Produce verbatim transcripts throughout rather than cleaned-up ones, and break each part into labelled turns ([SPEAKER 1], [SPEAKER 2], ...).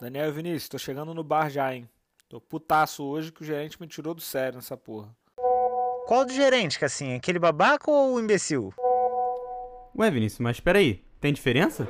[SPEAKER 1] Daniel e Vinícius, tô chegando no bar já, hein? Tô putaço hoje que o gerente me tirou do sério nessa porra.
[SPEAKER 2] Qual do gerente, Cassinha? Aquele babaca ou o imbecil?
[SPEAKER 3] Ué, Vinícius, mas peraí, tem diferença?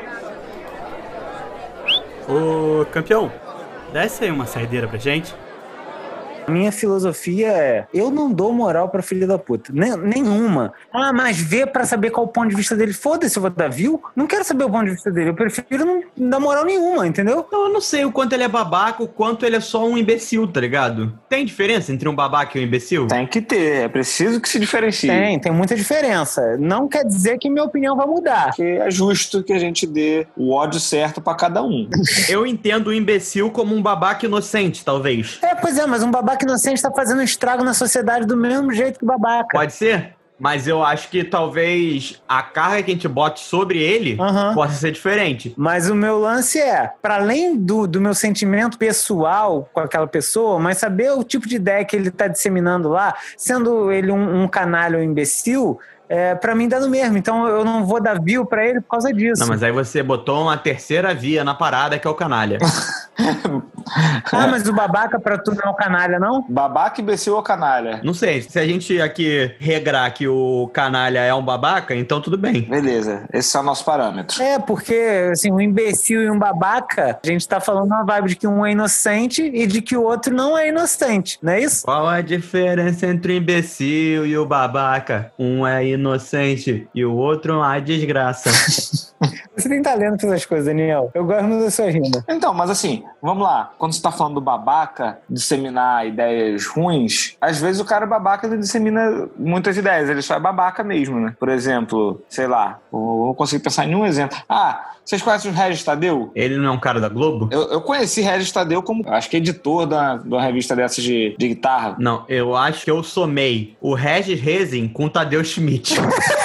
[SPEAKER 3] Ô, campeão, desce aí uma saideira pra gente.
[SPEAKER 2] Minha filosofia é, eu não dou moral pra filho da puta. Nem, nenhuma. Ah, mas vê pra saber qual o ponto de vista dele. Foda-se, eu vou dar view. Não quero saber o ponto de vista dele. Eu prefiro não dar moral nenhuma, entendeu?
[SPEAKER 3] Então, eu não sei o quanto ele é babaca, o quanto ele é só um imbecil, tá ligado? Tem diferença entre um babaca e um imbecil?
[SPEAKER 4] Tem que ter, é preciso que se diferencie.
[SPEAKER 2] Tem, tem muita diferença. Não quer dizer que minha opinião vai mudar.
[SPEAKER 4] Porque é justo que a gente dê o ódio certo pra cada um.
[SPEAKER 3] Eu entendo o imbecil como um babaca inocente, talvez.
[SPEAKER 2] É, pois é, mas um babaca inocente tá fazendo um estrago na sociedade do mesmo jeito que o babaca.
[SPEAKER 3] Pode ser? Mas eu acho que talvez a carga que a gente bote sobre ele
[SPEAKER 2] Uhum.
[SPEAKER 3] possa ser diferente.
[SPEAKER 2] Mas o meu lance é, para além do, do meu sentimento pessoal com aquela pessoa, mas saber o tipo de ideia que ele tá disseminando lá, sendo ele um, um canalha ou um imbecil, é, pra mim dá no mesmo. Então eu não vou dar view pra ele por causa disso.
[SPEAKER 3] Não, mas aí você botou uma terceira via na parada, que é o canalha.
[SPEAKER 2] Ah, mas o babaca pra tu não é o canalha, não?
[SPEAKER 4] Babaca, imbecil ou canalha?
[SPEAKER 3] Não sei, se a gente aqui regrar que o canalha é um babaca, então tudo bem.
[SPEAKER 4] Beleza, esse é o nosso parâmetro.
[SPEAKER 2] É, porque, assim, um imbecil e um babaca, a gente tá falando uma vibe de que um é inocente e de que o outro não é inocente, não é isso?
[SPEAKER 3] Qual a diferença entre o imbecil e o babaca? Um é inocente e o outro uma desgraça.
[SPEAKER 2] Você tem talento pra essas coisas, Daniel. Eu gosto muito da sua rima.
[SPEAKER 4] Então, mas assim, vamos lá. Quando você tá falando do babaca disseminar ideias ruins, às vezes o cara babaca ele dissemina muitas ideias, ele só é babaca mesmo, né? Por exemplo, sei lá, eu não consigo pensar em nenhum exemplo. Ah, vocês conhecem o Regis Tadeu?
[SPEAKER 3] Ele não é um cara da Globo?
[SPEAKER 4] Eu, eu conheci Regis Tadeu como, acho que editor da, de uma revista dessas de, de guitarra.
[SPEAKER 3] Não, eu acho que eu somei o Regis Rezin com o Tadeu Schmidt.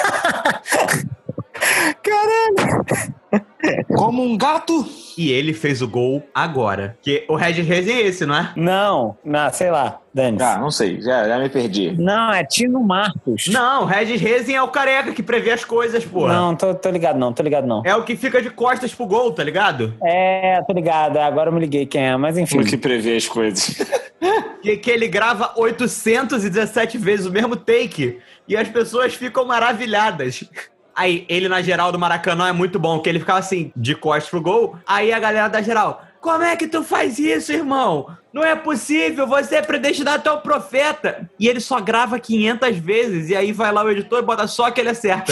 [SPEAKER 2] Caralho!
[SPEAKER 4] Como um gato.
[SPEAKER 3] E ele fez o gol agora. Que o Regis Rezin é esse, não é?
[SPEAKER 2] Não, não, sei lá, Dani.
[SPEAKER 4] Ah, não sei, já, já me perdi.
[SPEAKER 2] Não, é Tino Marcos.
[SPEAKER 3] Não, o Regis Rezin é o careca que prevê as coisas, porra.
[SPEAKER 2] Não, tô, tô ligado não, tô ligado não.
[SPEAKER 3] É o que fica de costas pro gol, tá ligado?
[SPEAKER 2] É, tô ligado, agora eu me liguei quem é, mas enfim.
[SPEAKER 4] Como que prevê as coisas?
[SPEAKER 3] Que, que ele grava oitocentas e dezessete vezes o mesmo take e as pessoas ficam maravilhadas. Aí, ele na geral do Maracanã é muito bom, que ele ficava assim, de costas pro gol. Aí a galera da geral, como é que tu faz isso, irmão? Não é possível, você é predestinado até o profeta. E ele só grava quinhentas vezes, e aí vai lá o editor e bota só que ele acerta.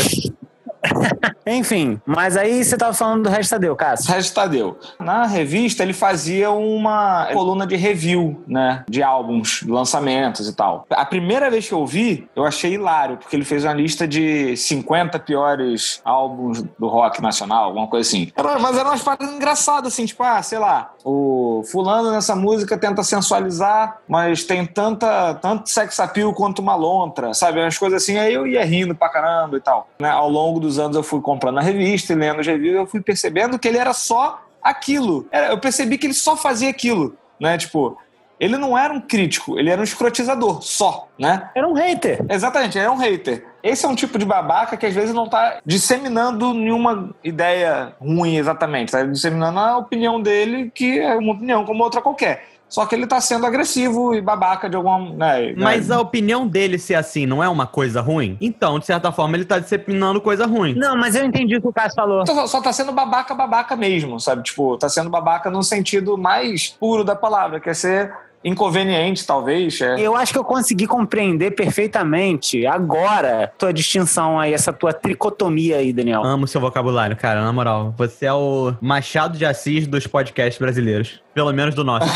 [SPEAKER 2] Enfim, mas aí você tava falando do Regis Tadeu, Cássio.
[SPEAKER 4] Regis Tadeu. Na revista, ele fazia uma coluna de review, né? De álbuns, lançamentos e tal. A primeira vez que eu vi, eu achei hilário, porque ele fez uma lista de cinquenta piores álbuns do rock nacional, alguma coisa assim. Era, mas eram umas paradas engraçadas, assim, tipo, ah, sei lá, o fulano nessa música tenta sensualizar, mas tem tanta, tanto sex appeal quanto uma lontra, sabe? Umas coisas assim, aí eu ia rindo pra caramba e tal. Né? Ao longo dos anos eu fui comprando a revista e lendo os reviews, eu fui percebendo que ele era só aquilo. Era, eu percebi que ele só fazia aquilo, né? Tipo, ele não era um crítico, ele era um escrotizador, só, né?
[SPEAKER 2] Era um hater.
[SPEAKER 4] Exatamente, ele era um hater. Esse é um tipo de babaca que às vezes não tá disseminando nenhuma ideia ruim exatamente, tá disseminando a opinião dele, que é uma opinião como outra qualquer. Só que ele tá sendo agressivo e babaca de alguma... Né,
[SPEAKER 3] Mas
[SPEAKER 4] né?
[SPEAKER 3] a opinião dele ser assim não é uma coisa ruim? Então, de certa forma, ele tá disseminando coisa ruim.
[SPEAKER 2] Não, mas eu entendi o que o Cássio falou.
[SPEAKER 4] Só, só tá sendo babaca, babaca mesmo, sabe? Tipo, tá sendo babaca no sentido mais puro da palavra, que é ser inconveniente, talvez. É.
[SPEAKER 2] Eu acho que eu consegui compreender perfeitamente agora tua distinção aí, essa tua tricotomia aí, Daniel.
[SPEAKER 3] Amo seu vocabulário, cara, na moral. Você é o Machado de Assis dos podcasts brasileiros. Pelo menos do nosso.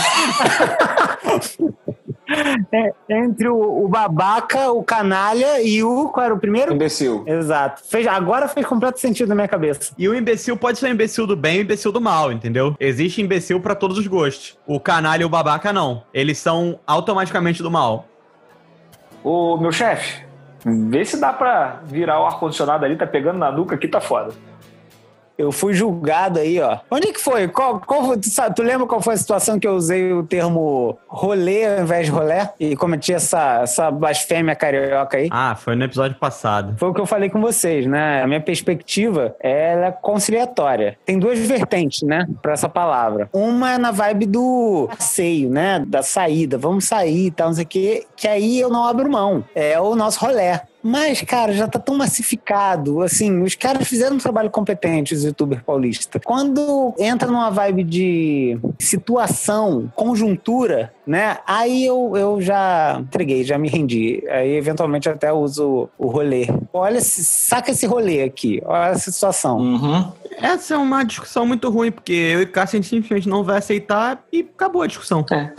[SPEAKER 2] É, entre o, o babaca, o canalha e o... Qual era o primeiro?
[SPEAKER 4] Imbecil.
[SPEAKER 2] Exato. Fez, agora fez completo sentido na minha cabeça.
[SPEAKER 3] E o imbecil pode ser o imbecil do bem e o imbecil do mal, entendeu? Existe imbecil pra todos os gostos. O canalha e o babaca, não. Eles são automaticamente do mal.
[SPEAKER 4] Ô, meu chefe, vê se dá pra virar o ar-condicionado ali, tá pegando na nuca aqui, tá foda.
[SPEAKER 2] eu fui julgado aí, ó. Onde que foi? Qual, qual, tu, sabe, tu lembra qual foi a situação que eu usei o termo rolê ao invés de rolé? E cometi essa, essa blasfêmia carioca aí?
[SPEAKER 3] Ah, foi no episódio passado.
[SPEAKER 2] Foi o que eu falei com vocês, né? A minha perspectiva ela é conciliatória. Tem duas vertentes, né? Pra essa palavra. Uma é na vibe do passeio, né? Da saída. Vamos sair e tal, não sei o quê. Que aí eu não abro mão. É o nosso rolé. Mas, cara, já tá tão massificado, assim, os caras fizeram um trabalho competente, os youtubers paulistas. Quando entra numa vibe de situação, conjuntura, né, aí eu, eu já entreguei, já me rendi. Aí, eventualmente, eu até uso o rolê. Olha, saca esse rolê aqui, olha essa situação.
[SPEAKER 4] Uhum.
[SPEAKER 3] Essa é uma discussão muito ruim, porque eu e Cássio, a gente simplesmente não vai aceitar e acabou a discussão.
[SPEAKER 4] É.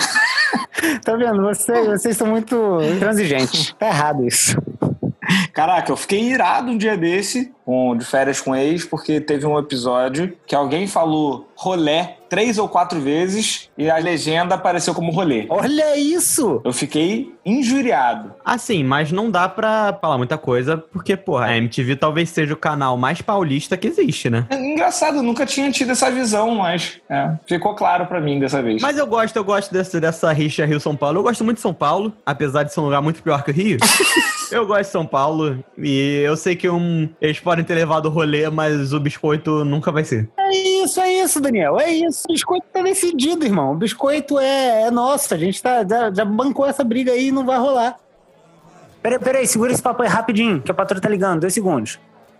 [SPEAKER 2] Tá vendo? Vocês, vocês são muito transigentes. Tá errado isso.
[SPEAKER 4] Caraca, eu fiquei irado um dia desse, com, de férias com ex, porque teve um episódio que alguém falou rolé três ou quatro vezes e a legenda apareceu como rolê.
[SPEAKER 2] Olha isso!
[SPEAKER 4] Eu fiquei injuriado.
[SPEAKER 3] Assim, mas não dá pra falar muita coisa, porque, porra, a M T V talvez seja o canal mais paulista que existe, né?
[SPEAKER 4] É engraçado, eu nunca tinha tido essa visão, mas é, ficou claro pra mim dessa vez.
[SPEAKER 3] Mas eu gosto, eu gosto desse, dessa rixa Rio-São Paulo. Eu gosto muito de São Paulo, apesar de ser um lugar muito pior que o Rio. Eu gosto de São Paulo e eu sei que um, eles podem ter levado o rolê, mas o biscoito nunca vai ser.
[SPEAKER 2] É isso, é isso, Daniel, é isso. O biscoito tá decidido, irmão. O biscoito é, é nosso. A gente tá, já, já bancou essa briga aí e não vai rolar. Peraí, peraí, segura esse papo aí rapidinho, que a patroa tá ligando. Dois segundos.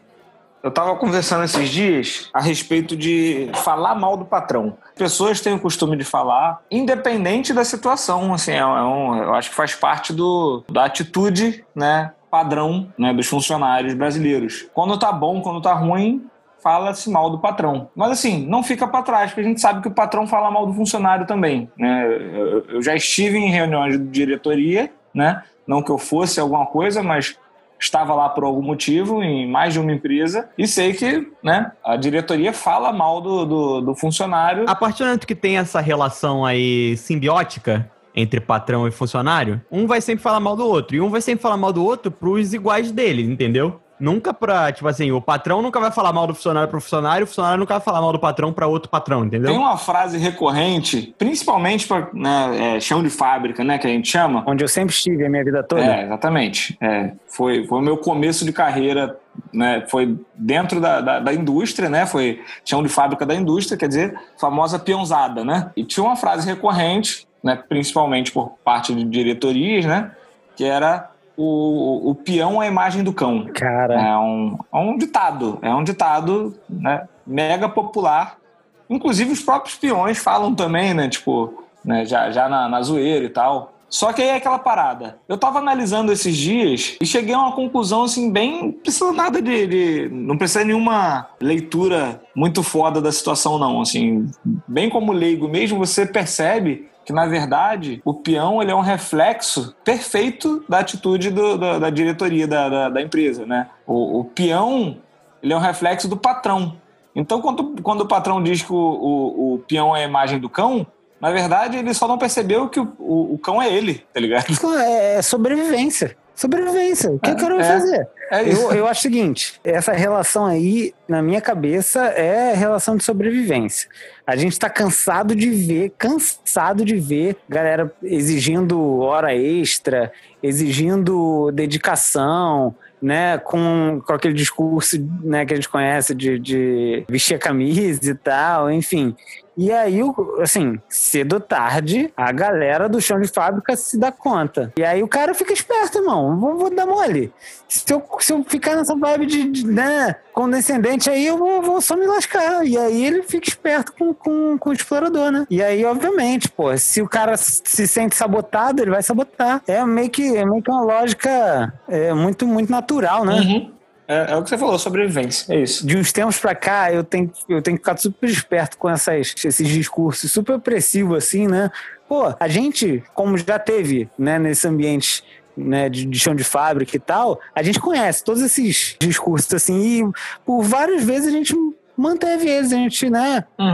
[SPEAKER 4] Eu tava conversando esses dias a respeito de falar mal do patrão. Pessoas têm o costume de falar, independente da situação, assim, é um, eu acho que faz parte do, da atitude, né, padrão, né, dos funcionários brasileiros. Quando tá bom, quando tá ruim, fala-se mal do patrão. Mas assim, não fica pra trás, porque a gente sabe que o patrão fala mal do funcionário também, né? Eu, eu já estive em reuniões de diretoria, né? Não que eu fosse alguma coisa, mas estava lá por algum motivo, em mais de uma empresa, e sei que, né, a diretoria fala mal do, do, do funcionário.
[SPEAKER 3] A partir do momento que tem essa relação aí simbiótica entre patrão e funcionário, um vai sempre falar mal do outro, e um vai sempre falar mal do outro pros iguais dele, entendeu? Nunca pra, tipo assim, o patrão nunca vai falar mal do funcionário pro funcionário, o funcionário nunca vai falar mal do patrão pra outro patrão, entendeu?
[SPEAKER 4] Tem uma frase recorrente, principalmente pra, né, é, chão de fábrica, né, que a gente chama.
[SPEAKER 2] Onde eu sempre estive a minha vida toda.
[SPEAKER 4] É, exatamente. É, foi, foi o meu começo de carreira, né, foi dentro da, da, da indústria, né, foi chão de fábrica da indústria, quer dizer, famosa peãozada, né? E tinha uma frase recorrente, né, principalmente por parte de diretorias, né, que era... O, o peão é a imagem do cão.
[SPEAKER 2] Cara.
[SPEAKER 4] É um, é um ditado. É um ditado, né, mega popular. Inclusive os próprios peões falam também, né? Tipo, né, já, já na, na zoeira e tal. Só que aí é aquela parada. Eu tava analisando esses dias e cheguei a uma conclusão, assim, bem... Não precisa nada de... de não precisa nenhuma leitura muito foda da situação, não. Assim, bem como leigo mesmo, você percebe... que, na verdade, o peão ele é um reflexo perfeito da atitude do, da, da diretoria da, da, da empresa, né? O, o peão ele é um reflexo do patrão. Então, quando, quando o patrão diz que o, o, o peão é a imagem do cão, na verdade, ele só não percebeu que o, o, o cão é ele, tá ligado?
[SPEAKER 2] É sobrevivência. Sobrevivência. O que
[SPEAKER 4] é,
[SPEAKER 2] eu quero
[SPEAKER 4] é,
[SPEAKER 2] fazer?
[SPEAKER 4] É isso.
[SPEAKER 2] Eu, eu acho o seguinte, essa relação aí, na minha cabeça, é relação de sobrevivência. A gente tá cansado de ver, cansado de ver galera exigindo hora extra, exigindo dedicação, né, com, com aquele discurso, né, que a gente conhece de, de vestir a camisa e tal, enfim. E aí, assim, cedo ou tarde, a galera do chão de fábrica se dá conta. E aí o cara fica esperto, irmão. Vou, vou dar mole. Se eu, se eu ficar nessa vibe de, de né, condescendente aí, eu vou, vou só me lascar. E aí ele fica esperto com, com, com o explorador, né? E aí, obviamente, pô, se o cara se sente sabotado, ele vai sabotar. É meio que, é meio que uma lógica é, muito, muito natural, né?
[SPEAKER 4] Uhum. É, é o que você falou, sobrevivência, é isso.
[SPEAKER 2] De uns tempos pra cá, eu tenho, eu tenho que ficar super esperto com essas, esses discursos super opressivos, assim, né? Pô, a gente, como já teve, né, nesse ambiente, né, de, de chão de fábrica e tal, a gente conhece todos esses discursos, assim, e por várias vezes a gente manteve eles, a gente, né,
[SPEAKER 4] uhum.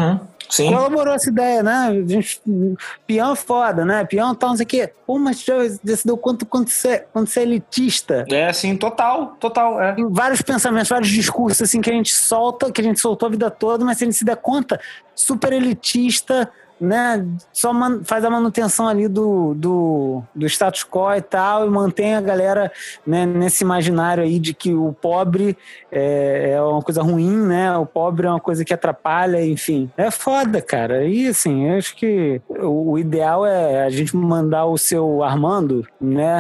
[SPEAKER 4] Sim.
[SPEAKER 2] Colaborou essa ideia, né? A gente, peão é foda, né? Peão tal, não sei o quê. Pô, mas já se deu quanto quando você, quando você é elitista.
[SPEAKER 4] É, sim, total, total, é.
[SPEAKER 2] Tem vários pensamentos, vários discursos assim que a gente solta, que a gente soltou a vida toda, mas se a gente se der conta, super elitista, né? Só man, faz a manutenção ali do, do, do status quo e tal, e mantém a galera, né, nesse imaginário aí de que o pobre é, é uma coisa ruim, né? O pobre é uma coisa que atrapalha, enfim. É foda, cara. E assim, eu acho que o, o ideal é a gente mandar o seu Armando, né?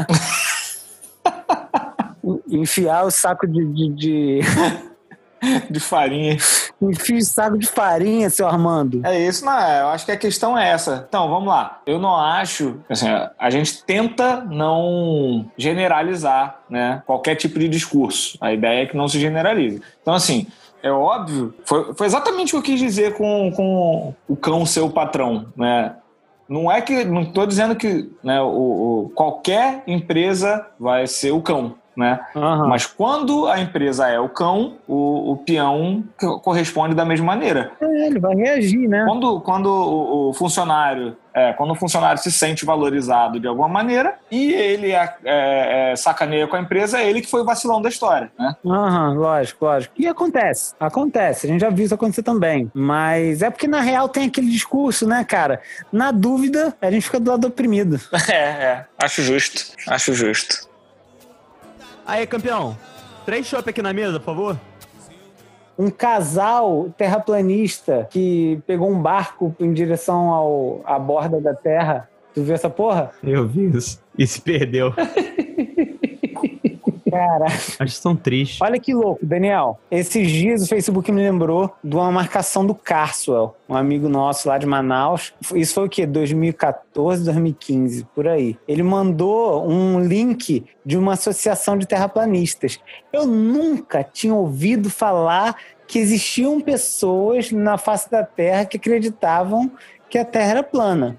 [SPEAKER 2] Enfiar o saco de... de, de...
[SPEAKER 4] de farinha.
[SPEAKER 2] Enfia o saco de farinha, seu Armando.
[SPEAKER 4] É isso, não, eu acho que a questão é essa. Então, vamos lá. Eu não acho, assim, a gente tenta não generalizar, né, qualquer tipo de discurso. A ideia é que não se generalize. Então, assim, é óbvio, foi, foi exatamente o que eu quis dizer com, com o cão ser o patrão, né? Não é que, não estou dizendo que, né, o, o, qualquer empresa vai ser o cão, né? Uhum. Mas quando a empresa é o cão, o, o peão corresponde da mesma maneira.
[SPEAKER 2] É, ele vai reagir, né?
[SPEAKER 4] Quando, quando o, o funcionário é, quando o funcionário se sente valorizado de alguma maneira e ele é, é, é, sacaneia com a empresa, é ele que foi o vacilão da história, né?
[SPEAKER 2] Aham, uhum, lógico, lógico. E acontece, acontece, a gente já viu isso acontecer também. Mas é porque na real tem aquele discurso, né, cara? Na dúvida, a gente fica do lado do oprimido.
[SPEAKER 4] É, é, acho justo, acho justo.
[SPEAKER 3] Aí, campeão, três chopp aqui na mesa, por favor.
[SPEAKER 2] Um casal terraplanista que pegou um barco em direção ao, à borda da Terra. Tu viu essa porra?
[SPEAKER 3] Eu vi isso. E se perdeu.
[SPEAKER 2] Cara,
[SPEAKER 3] acho que são tristes.
[SPEAKER 2] Olha que louco, Daniel. Esses dias o Facebook me lembrou de uma marcação do Carswell, um amigo nosso lá de Manaus. Isso foi o quê? dois mil e catorze, dois mil e quinze, por aí. Ele mandou um link de uma associação de terraplanistas. Eu nunca tinha ouvido falar que existiam pessoas na face da Terra que acreditavam que a Terra era plana.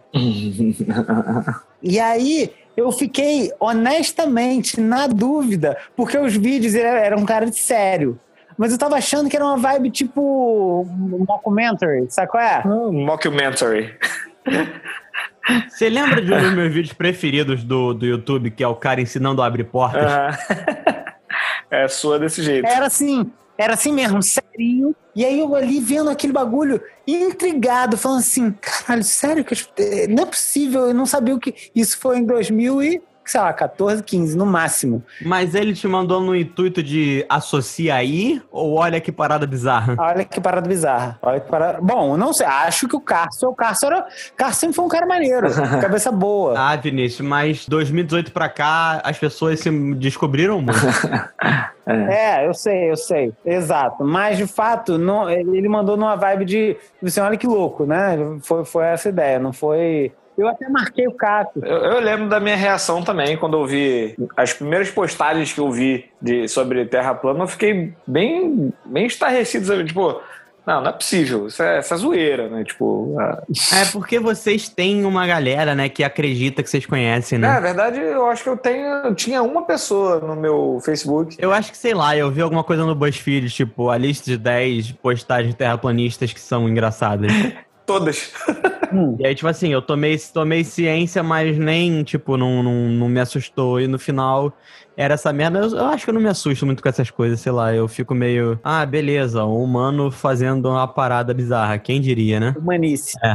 [SPEAKER 2] E aí eu fiquei, honestamente, na dúvida, porque os vídeos eram um cara de sério. Mas eu tava achando que era uma vibe tipo um mockumentary, sabe qual é?
[SPEAKER 4] Um mockumentary.
[SPEAKER 3] Você lembra de um dos meus vídeos preferidos do, do YouTube, que é o cara ensinando a abrir portas?
[SPEAKER 4] Uh-huh. É sua desse jeito.
[SPEAKER 2] Era assim, era assim mesmo, serinho. E aí eu ali vendo aquele bagulho, intrigado, falando assim, caralho, sério? que eu... Não é possível, eu não sabia o que... Isso foi em dois mil e, sei lá, catorze, quinze, no máximo.
[SPEAKER 3] Mas ele te mandou no intuito de associar aí, ou olha que parada bizarra?
[SPEAKER 2] Olha que parada bizarra. Olha que parada... Bom, eu não sei, acho que o Carson, o Carson era... Carson sempre foi um cara maneiro, cabeça boa.
[SPEAKER 3] Ah, Vinícius, mas dois mil e dezoito pra cá, as pessoas se descobriram muito.
[SPEAKER 2] É. é, eu sei, eu sei. Exato. Mas, de fato, não, ele mandou numa vibe de... Assim, olha que louco, né? Foi, foi essa ideia, não foi... Eu até marquei o Cato.
[SPEAKER 4] Eu, eu lembro da minha reação também, quando eu vi as primeiras postagens que eu vi de, sobre Terra plana, eu fiquei bem, bem estarrecido, sabe? Tipo... Não, não é possível. Isso é, isso é zoeira, né? Tipo... É...
[SPEAKER 3] é porque vocês têm uma galera, né, que acredita que vocês conhecem, né?
[SPEAKER 4] É, na verdade, eu acho que eu tenho... Eu tinha uma pessoa no meu Facebook.
[SPEAKER 3] Eu acho que, sei lá, eu vi alguma coisa no BuzzFeed, tipo, a lista de dez postagens terraplanistas que são engraçadas.
[SPEAKER 4] Todas.
[SPEAKER 3] E aí, tipo assim, eu tomei, tomei ciência, mas nem, tipo, não, não, não me assustou. E no final... Era essa merda, eu, eu acho que eu não me assusto muito com essas coisas, sei lá, eu fico meio... Ah, beleza, um humano fazendo uma parada bizarra, quem diria, né?
[SPEAKER 2] Humanice.
[SPEAKER 3] É.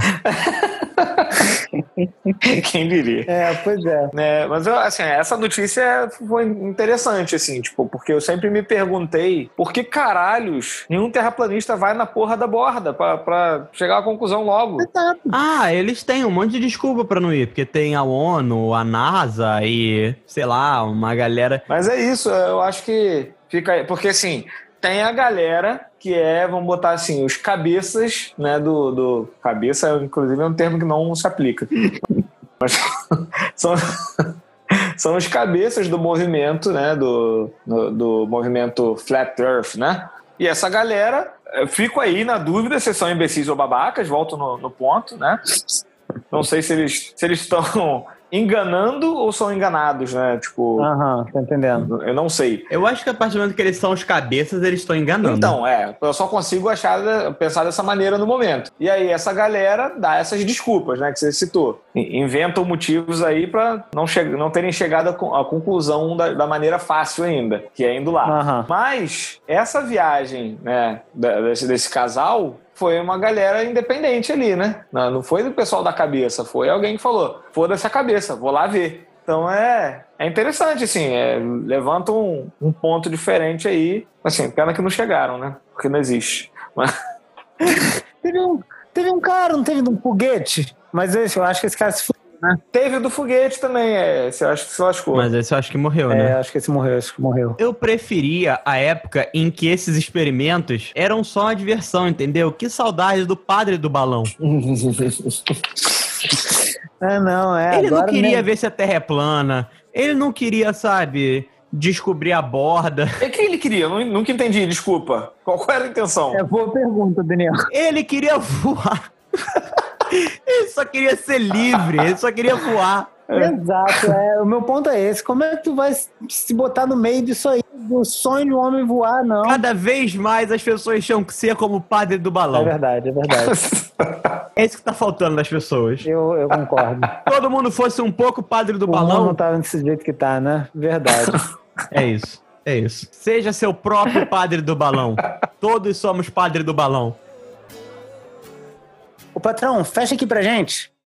[SPEAKER 4] Quem diria?
[SPEAKER 2] É, pois é.
[SPEAKER 4] é mas, eu, assim, essa notícia foi interessante, assim, tipo, porque eu sempre me perguntei por que caralhos nenhum terraplanista vai na porra da borda pra, pra chegar à conclusão logo.
[SPEAKER 3] Ah, eles têm um monte de desculpa pra não ir, porque tem a ONU, a NASA e, sei lá, uma galera...
[SPEAKER 4] Mas é isso, eu acho que fica... Porque, assim, tem a galera que é, vamos botar assim, os cabeças, né, do... do... Cabeça, inclusive, é um termo que não se aplica. Mas são... são os cabeças do movimento, né, do, do, do movimento Flat Earth, né? E essa galera, eu fico aí na dúvida se são imbecis ou babacas, volto no, no ponto, né? Não sei se eles se eles estão enganando ou são enganados, né? Tipo,
[SPEAKER 2] Aham, tá entendendo.
[SPEAKER 4] eu não sei.
[SPEAKER 3] Eu acho que a partir do momento que eles são os cabeças, eles estão enganando.
[SPEAKER 4] Então, é, eu só consigo achar, pensar dessa maneira no momento. E aí essa galera dá essas desculpas, né, que você citou. Inventam motivos aí pra não, che- não terem chegado à con- à conclusão da, da maneira fácil ainda, que é indo lá.
[SPEAKER 2] Aham.
[SPEAKER 4] Mas essa viagem, né, da- desse, desse casal foi uma galera independente ali, né? Não, não foi do pessoal da cabeça, foi alguém que falou, foda-se a cabeça, vou lá ver. Então é, é interessante, assim, é, levanta um, um ponto diferente aí. Assim, pena que não chegaram, né? Porque não existe. Mas...
[SPEAKER 2] Teve um, teve um cara, não teve um foguete? Mas esse, eu acho que esse cara se fudeu, né?
[SPEAKER 4] Teve o do foguete também, é, esse eu acho que se lascou.
[SPEAKER 3] Mas esse eu acho que morreu,
[SPEAKER 2] É,
[SPEAKER 3] né?
[SPEAKER 2] acho que esse morreu, acho que morreu.
[SPEAKER 3] Eu preferia a época em que esses experimentos eram só uma diversão, entendeu? Que saudade do padre do balão.
[SPEAKER 2] Ah, não, é.
[SPEAKER 3] Ele não
[SPEAKER 2] agora
[SPEAKER 3] queria
[SPEAKER 2] mesmo.
[SPEAKER 3] ver se a Terra é plana. Ele não queria, sabe, descobrir a borda.
[SPEAKER 4] E o que ele queria? Não- Nunca entendi, desculpa. Qual, qual era a intenção?
[SPEAKER 2] É boa pergunta, Daniel.
[SPEAKER 3] Ele queria voar. Ele só queria ser livre. Ele só queria voar.
[SPEAKER 2] Exato, é. O meu ponto é esse. Como é que tu vai se botar no meio disso aí? Do sonho de um homem voar, não.
[SPEAKER 3] Cada vez mais as pessoas tinham que ser como o padre do
[SPEAKER 2] É
[SPEAKER 3] balão.
[SPEAKER 2] verdade, é verdade.
[SPEAKER 3] É isso que tá faltando nas pessoas.
[SPEAKER 2] Eu, eu concordo.
[SPEAKER 3] Todo mundo fosse um pouco padre do
[SPEAKER 2] O mundo não
[SPEAKER 3] balão.
[SPEAKER 2] tá desse jeito que tá, né? Verdade.
[SPEAKER 3] É isso. É isso. Seja seu próprio padre do balão. Todos somos padre do balão.
[SPEAKER 2] Ô, patrão, fecha aqui pra gente.